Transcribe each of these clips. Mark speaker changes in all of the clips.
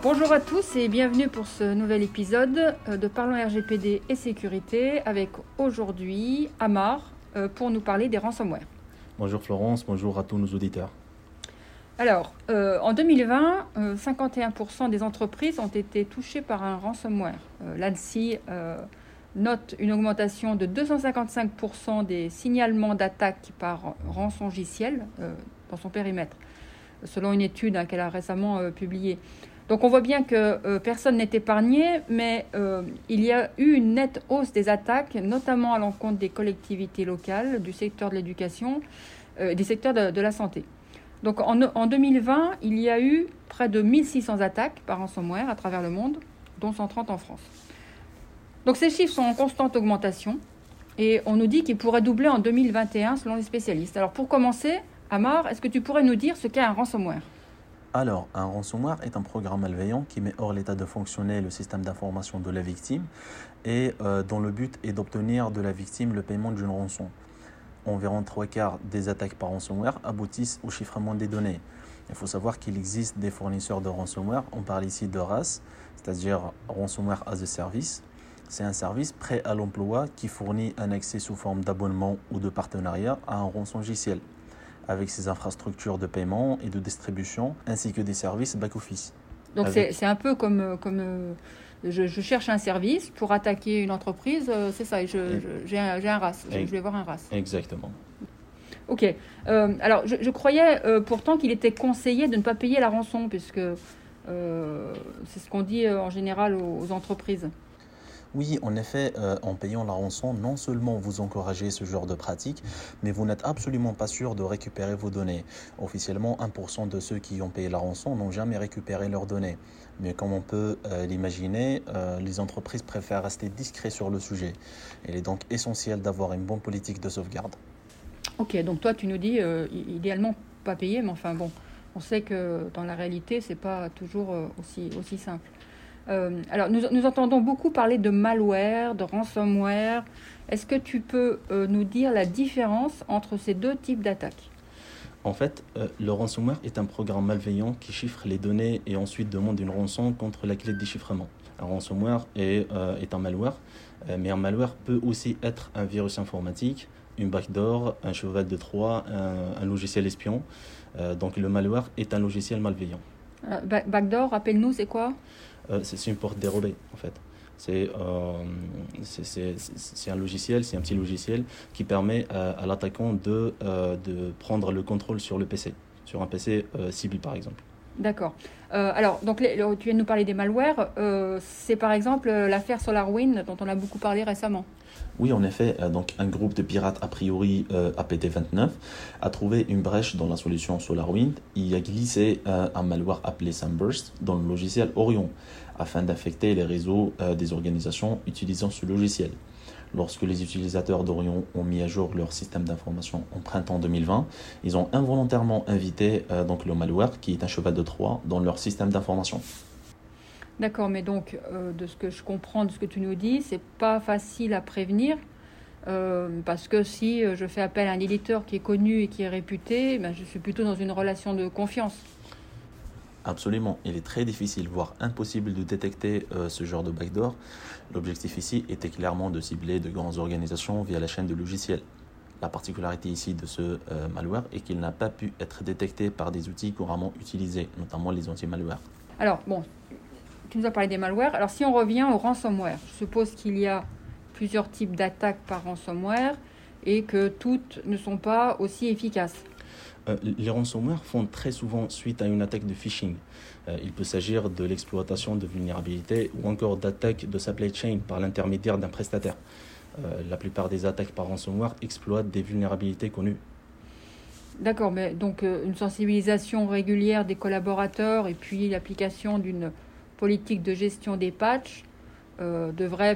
Speaker 1: Bonjour à tous et bienvenue pour ce nouvel épisode de Parlons RGPD et sécurité avec aujourd'hui Amar pour nous parler des ransomware.
Speaker 2: Bonjour Florence, bonjour à tous nos auditeurs.
Speaker 1: Alors, en 2020, 51% des entreprises ont été touchées par un ransomware. L'ANSSI note une augmentation de 255% des signalements d'attaques par rançongiciel dans son périmètre, selon une étude qu'elle a récemment publiée. Donc on voit bien que personne n'est épargné, mais il y a eu une nette hausse des attaques, notamment à l'encontre des collectivités locales, du secteur de l'éducation, des secteurs de la santé. Donc en 2020, il y a eu près de 1600 attaques par ransomware à travers le monde, dont 130 en France. Donc ces chiffres sont en constante augmentation et on nous dit qu'ils pourraient doubler en 2021 selon les spécialistes. Alors pour commencer, Amar, est-ce que tu pourrais nous dire ce qu'est un ransomware ?
Speaker 2: Alors, un ransomware est un programme malveillant qui met hors l'état de fonctionner le système d'information de la victime et dont le but est d'obtenir de la victime le paiement d'une rançon. Environ 3/4 des attaques par ransomware aboutissent au chiffrement des données. Il faut savoir qu'il existe des fournisseurs de ransomware. On parle ici de RAS, c'est-à-dire Ransomware as a Service. C'est un service prêt à l'emploi qui fournit un accès sous forme d'abonnement ou de partenariat à un rançongiciel, avec ses infrastructures de paiement et de distribution, ainsi que des services back-office.
Speaker 1: Donc c'est un peu comme je cherche un service pour attaquer une entreprise, c'est ça, j'ai un RAS, je vais voir un RAS.
Speaker 2: Exactement.
Speaker 1: Ok, alors je croyais pourtant qu'il était conseillé de ne pas payer la rançon, puisque c'est ce qu'on dit en général aux entreprises.
Speaker 2: Oui, en effet, en payant la rançon, non seulement vous encouragez ce genre de pratique, mais vous n'êtes absolument pas sûr de récupérer vos données. Officiellement, 1% de ceux qui ont payé la rançon n'ont jamais récupéré leurs données. Mais comme on peut l'imaginer, les entreprises préfèrent rester discrets sur le sujet. Il est donc essentiel d'avoir une bonne politique de sauvegarde.
Speaker 1: Ok, donc toi tu nous dis idéalement pas payer, mais enfin bon, on sait que dans la réalité c'est pas toujours aussi simple. Alors, nous entendons beaucoup parler de malware, de ransomware. Est-ce que tu peux nous dire la différence entre ces deux types d'attaques ?
Speaker 2: En fait, le ransomware est un programme malveillant qui chiffre les données et ensuite demande une rançon contre la clé de déchiffrement. Un ransomware est un malware, mais un malware peut aussi être un virus informatique, une backdoor, un cheval de Troie, un logiciel espion. Donc le malware est un logiciel malveillant.
Speaker 1: Backdoor, rappelle-nous, c'est quoi ?
Speaker 2: C'est une porte dérobée en fait. C'est un logiciel, c'est un petit logiciel qui permet à l'attaquant de prendre le contrôle sur le PC, sur un PC cible par exemple.
Speaker 1: D'accord. Alors, donc, tu viens de nous parler des malwares. C'est par exemple l'affaire SolarWinds dont on a beaucoup parlé récemment.
Speaker 2: Oui, en effet, donc un groupe de pirates a priori APT29 a trouvé une brèche dans la solution SolarWinds. Il a glissé un malware appelé Sunburst dans le logiciel Orion afin d'infecter les réseaux des organisations utilisant ce logiciel. Lorsque les utilisateurs d'Orion ont mis à jour leur système d'information en printemps 2020, ils ont involontairement invité donc le malware, qui est un cheval de Troie, dans leur système d'information.
Speaker 1: D'accord, mais donc, de ce que je comprends, de ce que tu nous dis, c'est pas facile à prévenir, parce que si je fais appel à un éditeur qui est connu et qui est réputé, ben, je suis plutôt dans une relation de confiance.
Speaker 2: Absolument, il est très difficile, voire impossible de détecter ce genre de backdoor. L'objectif ici était clairement de cibler de grandes organisations via la chaîne de logiciels. La particularité ici de ce malware est qu'il n'a pas pu être détecté par des outils couramment utilisés, notamment les anti-malware.
Speaker 1: Alors, bon, tu nous as parlé des malwares. Alors, si on revient au ransomware, je suppose qu'il y a plusieurs types d'attaques par ransomware et que toutes ne sont pas aussi efficaces.
Speaker 2: Les ransomware font très souvent suite à une attaque de phishing. Il peut s'agir de l'exploitation de vulnérabilités ou encore d'attaques de supply chain par l'intermédiaire d'un prestataire. La plupart des attaques par ransomware exploitent des vulnérabilités connues.
Speaker 1: D'accord, mais donc une sensibilisation régulière des collaborateurs et puis l'application d'une politique de gestion des patchs devrait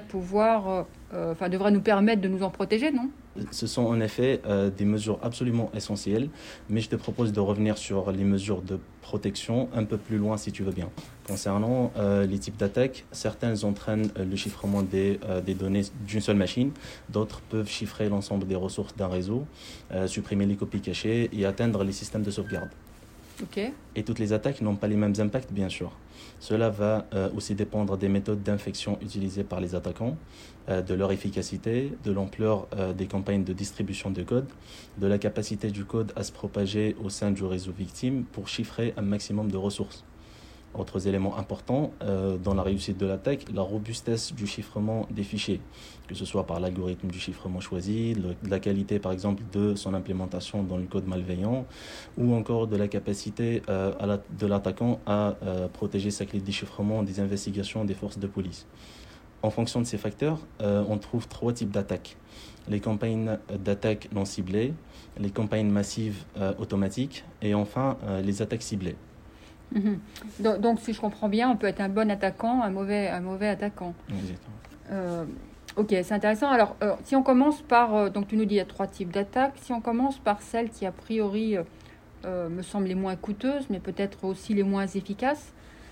Speaker 1: nous permettre de nous en protéger, non ?
Speaker 2: Ce sont en effet des mesures absolument essentielles, mais je te propose de revenir sur les mesures de protection un peu plus loin si tu veux bien. Concernant les types d'attaques, certaines entraînent le chiffrement des données d'une seule machine, d'autres peuvent chiffrer l'ensemble des ressources d'un réseau, supprimer les copies cachées et atteindre les systèmes de sauvegarde.
Speaker 1: Ok.
Speaker 3: Et toutes les attaques n'ont pas les mêmes impacts, bien sûr. Cela va aussi dépendre des méthodes d'infection utilisées par les attaquants, de leur efficacité, de l'ampleur des campagnes de distribution de code, de la capacité du code à se propager au sein du réseau victime pour chiffrer un maximum de ressources. Autres éléments importants dans la réussite de l'attaque, la robustesse du chiffrement des fichiers, que ce soit par l'algorithme du chiffrement choisi, la qualité par exemple de son implémentation dans le code malveillant, ou encore de la capacité de l'attaquant à protéger sa clé de déchiffrement des investigations des forces de police. En fonction de ces facteurs, on trouve 3 types d'attaques. Les campagnes d'attaque non ciblées, les campagnes massives automatiques et enfin les attaques ciblées.
Speaker 1: Mhm. Donc, si je comprends bien, on peut être un bon attaquant, un mauvais attaquant.
Speaker 3: Exactement.
Speaker 1: Ok, c'est intéressant. Alors, si on commence par... donc, tu nous dis qu'il y a 3 types d'attaques. Si on commence par celles qui, a priori, me semblent les moins coûteuses, mais peut-être aussi les moins efficaces,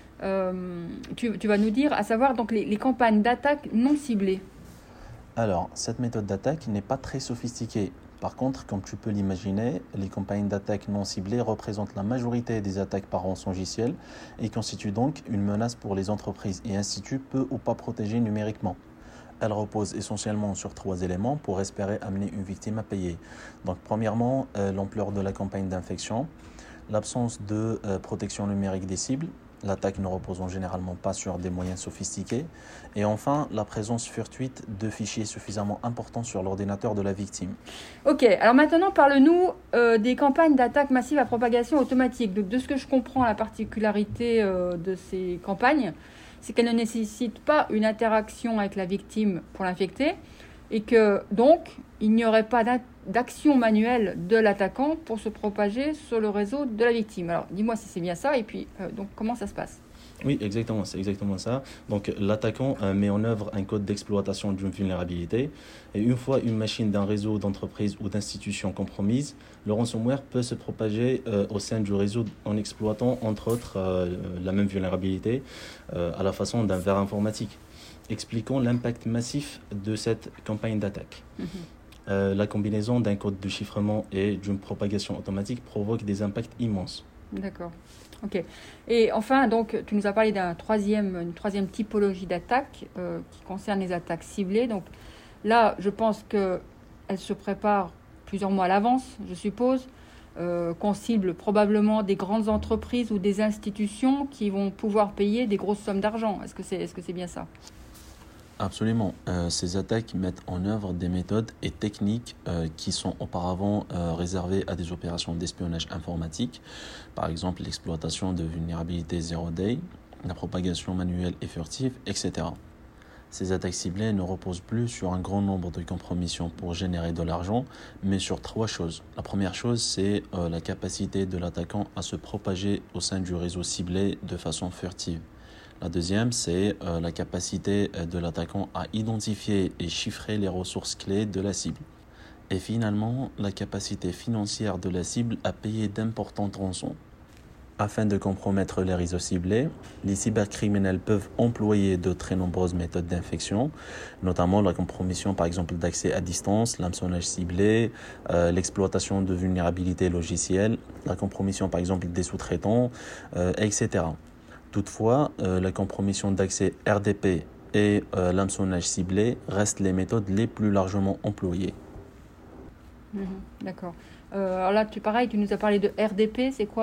Speaker 1: tu vas nous dire, à savoir donc les campagnes d'attaque non ciblées.
Speaker 2: Alors, cette méthode d'attaque n'est pas très sophistiquée. Par contre, comme tu peux l'imaginer, les campagnes d'attaque non ciblées représentent la majorité des attaques par rançongiciel et constituent donc une menace pour les entreprises et instituts peu ou pas protégés numériquement. Elles reposent essentiellement sur 3 éléments pour espérer amener une victime à payer. Donc, premièrement, l'ampleur de la campagne d'infection, l'absence de protection numérique des cibles, l'attaque ne reposant généralement pas sur des moyens sophistiqués, et enfin la présence fortuite de fichiers suffisamment importants sur l'ordinateur de la victime.
Speaker 1: Ok, alors maintenant parle-nous des campagnes d'attaque massive à propagation automatique. Donc, de ce que je comprends, la particularité de ces campagnes, c'est qu'elles ne nécessitent pas une interaction avec la victime pour l'infecter, et que donc il n'y aurait pas d'action manuelle de l'attaquant pour se propager sur le réseau de la victime. Alors dis-moi si c'est bien ça, et puis donc comment ça se passe ?
Speaker 3: Oui, exactement, c'est exactement ça. Donc l'attaquant met en œuvre un code d'exploitation d'une vulnérabilité et une fois une machine d'un réseau d'entreprise ou d'institution compromise, le ransomware peut se propager au sein du réseau en exploitant entre autres la même vulnérabilité à la façon d'un verre informatique. Expliquons l'impact massif de cette campagne d'attaque. La combinaison d'un code de chiffrement et d'une propagation automatique provoque des impacts immenses.
Speaker 1: D'accord. Ok. Et enfin, donc, tu nous as parlé d'une troisième typologie d'attaque qui concerne les attaques ciblées. Donc là, je pense qu'elles se préparent plusieurs mois à l'avance, je suppose, qu'on cible probablement des grandes entreprises ou des institutions qui vont pouvoir payer des grosses sommes d'argent. Est-ce que c'est bien ça ?
Speaker 2: Absolument. Ces attaques mettent en œuvre des méthodes et techniques qui sont auparavant réservées à des opérations d'espionnage informatique, par exemple l'exploitation de vulnérabilités zero day, la propagation manuelle et furtive, etc. Ces attaques ciblées ne reposent plus sur un grand nombre de compromissions pour générer de l'argent, mais sur 3 choses. La première chose, c'est la capacité de l'attaquant à se propager au sein du réseau ciblé de façon furtive. La deuxième, c'est la capacité de l'attaquant à identifier et chiffrer les ressources clés de la cible. Et finalement, la capacité financière de la cible à payer d'importantes rançons. Afin de compromettre les réseaux ciblés, les cybercriminels peuvent employer de très nombreuses méthodes d'infection, notamment la compromission par exemple d'accès à distance, l'hameçonnage ciblé, l'exploitation de vulnérabilités logicielles, la compromission par exemple des sous-traitants, etc. Toutefois, la compromission d'accès RDP et l'hameçonnage ciblé restent les méthodes les plus largement employées.
Speaker 1: D'accord. Alors là, tu nous as parlé de RDP, c'est quoi ?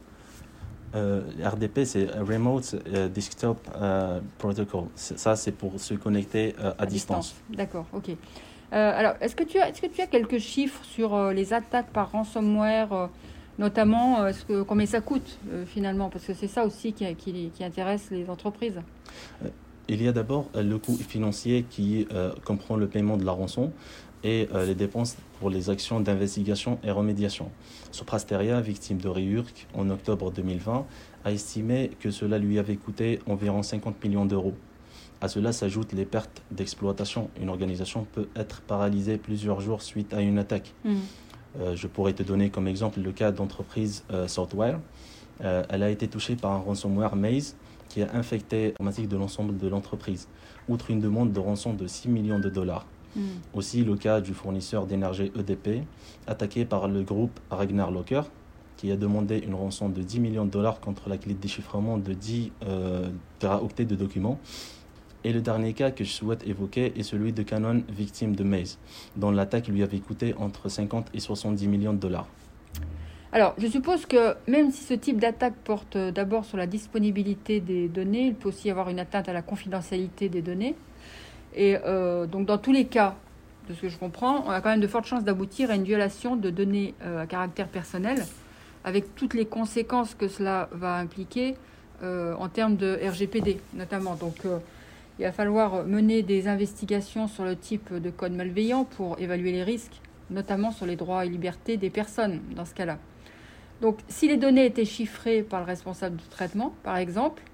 Speaker 3: RDP, c'est Remote Desktop Protocol. Ça, c'est pour se connecter à distance.
Speaker 1: D'accord, ok. Alors, est-ce que tu as quelques chiffres sur les attaques par ransomware notamment, combien ça coûte finalement, parce que c'est ça aussi qui intéresse les entreprises.
Speaker 3: Il y a d'abord le coût financier qui comprend le paiement de la rançon et les dépenses pour les actions d'investigation et remédiation. Soprasteria, victime de Ryurk en octobre 2020, a estimé que cela lui avait coûté environ 50 millions d'euros. À cela s'ajoutent les pertes d'exploitation. Une organisation peut être paralysée plusieurs jours suite à une attaque. Je pourrais te donner comme exemple le cas d'entreprise Software. Elle a été touchée par un ransomware Maze qui a infecté l'informatique de l'ensemble de l'entreprise, outre une demande de rançon de 6 millions de dollars. Aussi le cas du fournisseur d'énergie EDP, attaqué par le groupe Ragnar Locker, qui a demandé une rançon de 10 millions de dollars contre la clé de déchiffrement de 10 teraoctets de documents. Et le dernier cas que je souhaite évoquer est celui de Canon, victime de Maze, dont l'attaque lui avait coûté entre 50 et 70 millions de dollars.
Speaker 1: Alors, je suppose que même si ce type d'attaque porte d'abord sur la disponibilité des données, il peut aussi y avoir une atteinte à la confidentialité des données. Et donc, dans tous les cas, de ce que je comprends, on a quand même de fortes chances d'aboutir à une violation de données à caractère personnel, avec toutes les conséquences que cela va impliquer en termes de RGPD, notamment. Donc, il va falloir mener des investigations sur le type de code malveillant pour évaluer les risques, notamment sur les droits et libertés des personnes dans ce cas-là. Donc, si les données étaient chiffrées par le responsable du traitement, par exemple,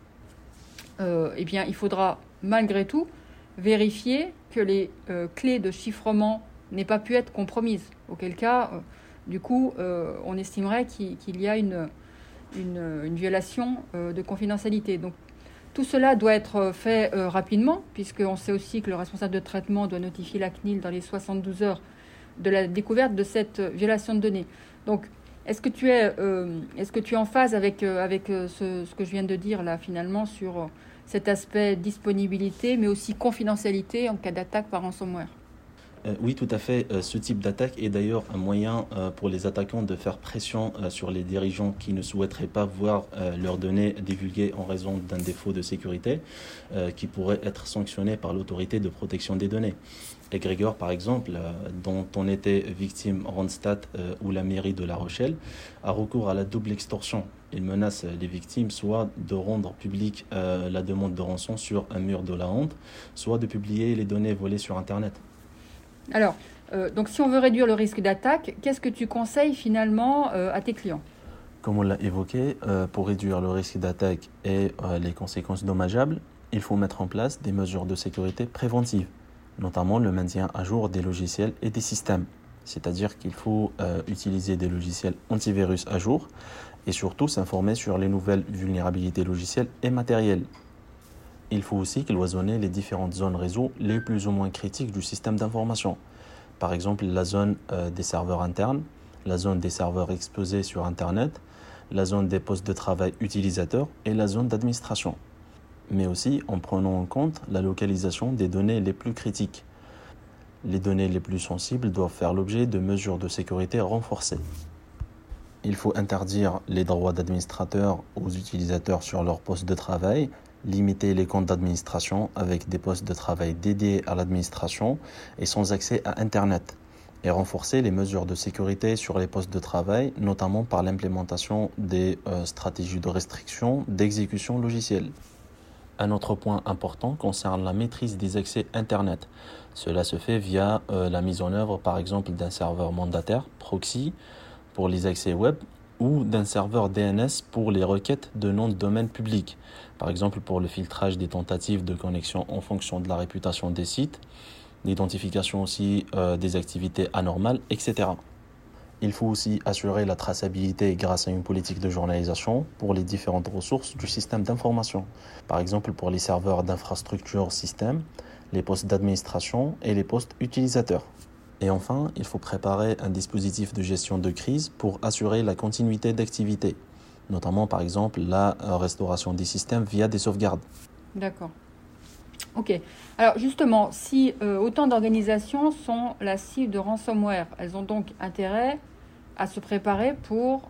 Speaker 1: eh bien, il faudra malgré tout vérifier que les clés de chiffrement n'aient pas pu être compromises. Auquel cas, du coup, on estimerait qu'il y a une violation de confidentialité. Donc, tout cela doit être fait rapidement, puisqu'on sait aussi que le responsable de traitement doit notifier la CNIL dans les 72 heures de la découverte de cette violation de données. Donc, est-ce que tu es en phase avec ce que je viens de dire là, finalement, sur cet aspect disponibilité, mais aussi confidentialité en cas d'attaque par ransomware?
Speaker 3: Oui, tout à fait. Ce type d'attaque est d'ailleurs un moyen pour les attaquants de faire pression sur les dirigeants qui ne souhaiteraient pas voir leurs données divulguées en raison d'un défaut de sécurité qui pourrait être sanctionné par l'autorité de protection des données. Egregor, par exemple, dont on était victime Randstad ou la mairie de La Rochelle, a recours à la double extorsion. Il menace les victimes soit de rendre publique la demande de rançon sur un mur de la honte, soit de publier les données volées sur Internet.
Speaker 1: Alors, donc si on veut réduire le risque d'attaque, qu'est-ce que tu conseilles finalement à tes clients?
Speaker 2: Comme on l'a évoqué, pour réduire le risque d'attaque et les conséquences dommageables, il faut mettre en place des mesures de sécurité préventives, notamment le maintien à jour des logiciels et des systèmes. C'est-à-dire qu'il faut utiliser des logiciels antivirus à jour et surtout s'informer sur les nouvelles vulnérabilités logicielles et matérielles. Il faut aussi cloisonner les différentes zones réseau les plus ou moins critiques du système d'information. Par exemple, la zone des serveurs internes, la zone des serveurs exposés sur Internet, la zone des postes de travail utilisateurs et la zone d'administration. Mais aussi en prenant en compte la localisation des données les plus critiques. Les données les plus sensibles doivent faire l'objet de mesures de sécurité renforcées. Il faut interdire les droits d'administrateurs aux utilisateurs sur leur poste de travail, limiter les comptes d'administration avec des postes de travail dédiés à l'administration et sans accès à Internet, et renforcer les mesures de sécurité sur les postes de travail, notamment par l'implémentation des stratégies de restriction d'exécution logicielle. Un autre point important concerne la maîtrise des accès Internet. Cela se fait via la mise en œuvre, par exemple, d'un serveur mandataire, proxy, pour les accès web, ou d'un serveur DNS pour les requêtes de nom de domaine public, par exemple pour le filtrage des tentatives de connexion en fonction de la réputation des sites, l'identification aussi des activités anormales, etc. Il faut aussi assurer la traçabilité grâce à une politique de journalisation pour les différentes ressources du système d'information, par exemple pour les serveurs d'infrastructure système, les postes d'administration et les postes utilisateurs. Et enfin, il faut préparer un dispositif de gestion de crise pour assurer la continuité d'activité, notamment par exemple la restauration des systèmes via des sauvegardes.
Speaker 1: D'accord. Ok. Alors justement, si autant d'organisations sont la cible de ransomware, elles ont donc intérêt à se préparer pour,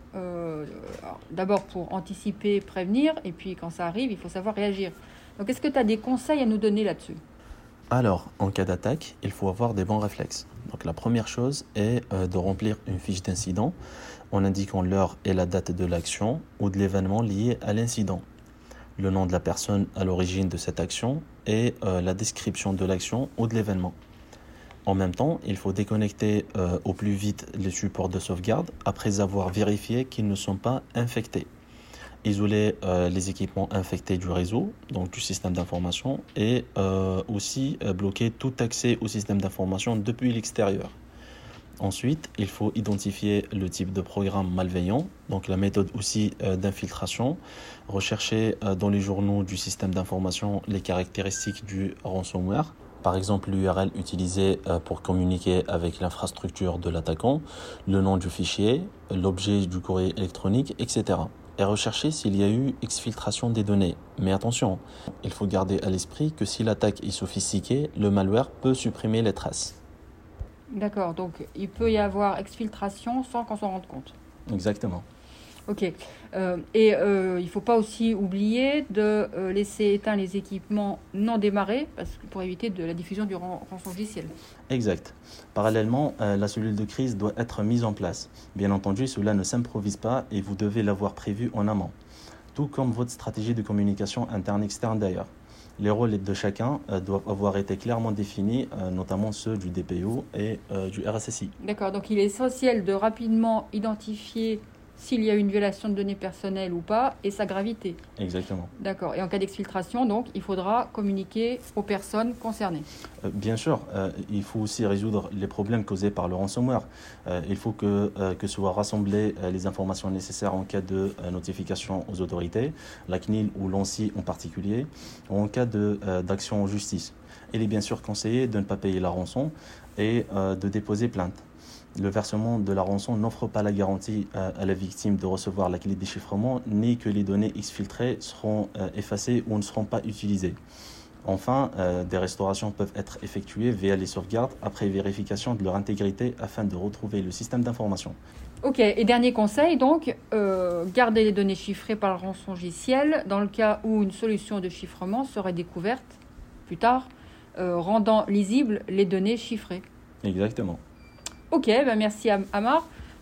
Speaker 1: d'abord pour anticiper, prévenir, et puis quand ça arrive, il faut savoir réagir. Donc est-ce que tu as des conseils à nous donner là-dessus ?
Speaker 2: Alors, en cas d'attaque, il faut avoir des bons réflexes. Donc la première chose est de remplir une fiche d'incident en indiquant l'heure et la date de l'action ou de l'événement lié à l'incident, le nom de la personne à l'origine de cette action et la description de l'action ou de l'événement. En même temps, il faut déconnecter au plus vite les supports de sauvegarde après avoir vérifié qu'ils ne sont pas infectés. Isoler les équipements infectés du réseau, donc du système d'information, et aussi bloquer tout accès au système d'information depuis l'extérieur. Ensuite, il faut identifier le type de programme malveillant, donc la méthode aussi d'infiltration, rechercher dans les journaux du système d'information les caractéristiques du ransomware Par exemple, l'URL utilisée pour communiquer avec l'infrastructure de l'attaquant, le nom du fichier, l'objet du courrier électronique, etc. Et rechercher s'il y a eu exfiltration des données. Mais attention, il faut garder à l'esprit que si l'attaque est sophistiquée, le malware peut supprimer les traces.
Speaker 1: D'accord, donc il peut y avoir exfiltration sans qu'on s'en rende compte.
Speaker 2: Exactement.
Speaker 1: Ok. Il ne faut pas aussi oublier de laisser éteindre les équipements non démarrés pour éviter la diffusion du rançon logiciel.
Speaker 3: Exact. Parallèlement, la cellule de crise doit être mise en place. Bien entendu, cela ne s'improvise pas et vous devez l'avoir prévu en amont. Tout comme votre stratégie de communication interne-externe d'ailleurs. Les rôles de chacun doivent avoir été clairement définis, notamment ceux du DPO et du RSSI.
Speaker 1: D'accord, donc il est essentiel de rapidement identifier s'il y a une violation de données personnelles ou pas, et sa gravité.
Speaker 3: Exactement.
Speaker 1: D'accord. Et en cas d'exfiltration, donc, il faudra communiquer aux personnes concernées.
Speaker 3: Bien sûr, il faut aussi résoudre les problèmes causés par le ransomware. Il faut que soient rassemblées les informations nécessaires en cas de notification aux autorités, la CNIL ou l'ANSSI en particulier, ou en cas d'action en justice. Il est bien sûr conseillé de ne pas payer la rançon et de déposer plainte. Le versement de la rançon n'offre pas la garantie à la victime de recevoir la clé de déchiffrement, ni que les données exfiltrées seront effacées ou ne seront pas utilisées. Enfin, des restaurations peuvent être effectuées via les sauvegardes après vérification de leur intégrité afin de retrouver le système d'information.
Speaker 1: Ok, et dernier conseil, donc, garder les données chiffrées par le rançon logiciel dans le cas où une solution de chiffrement serait découverte plus tard, rendant lisibles les données chiffrées.
Speaker 3: Exactement.
Speaker 1: Ok, ben merci Amar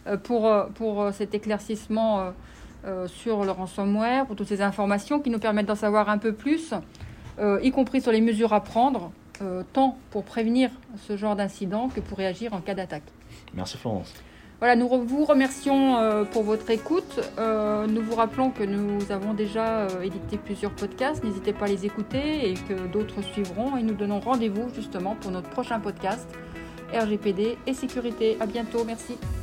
Speaker 1: pour cet éclaircissement sur le ransomware, pour toutes ces informations qui nous permettent d'en savoir un peu plus, y compris sur les mesures à prendre, tant pour prévenir ce genre d'incident que pour réagir en cas d'attaque.
Speaker 3: Merci Florence.
Speaker 1: Voilà, nous vous remercions pour votre écoute. Nous vous rappelons que nous avons déjà édité plusieurs podcasts. N'hésitez pas à les écouter et que d'autres suivront. Et nous donnons rendez-vous justement pour notre prochain podcast RGPD et sécurité. À bientôt. Merci.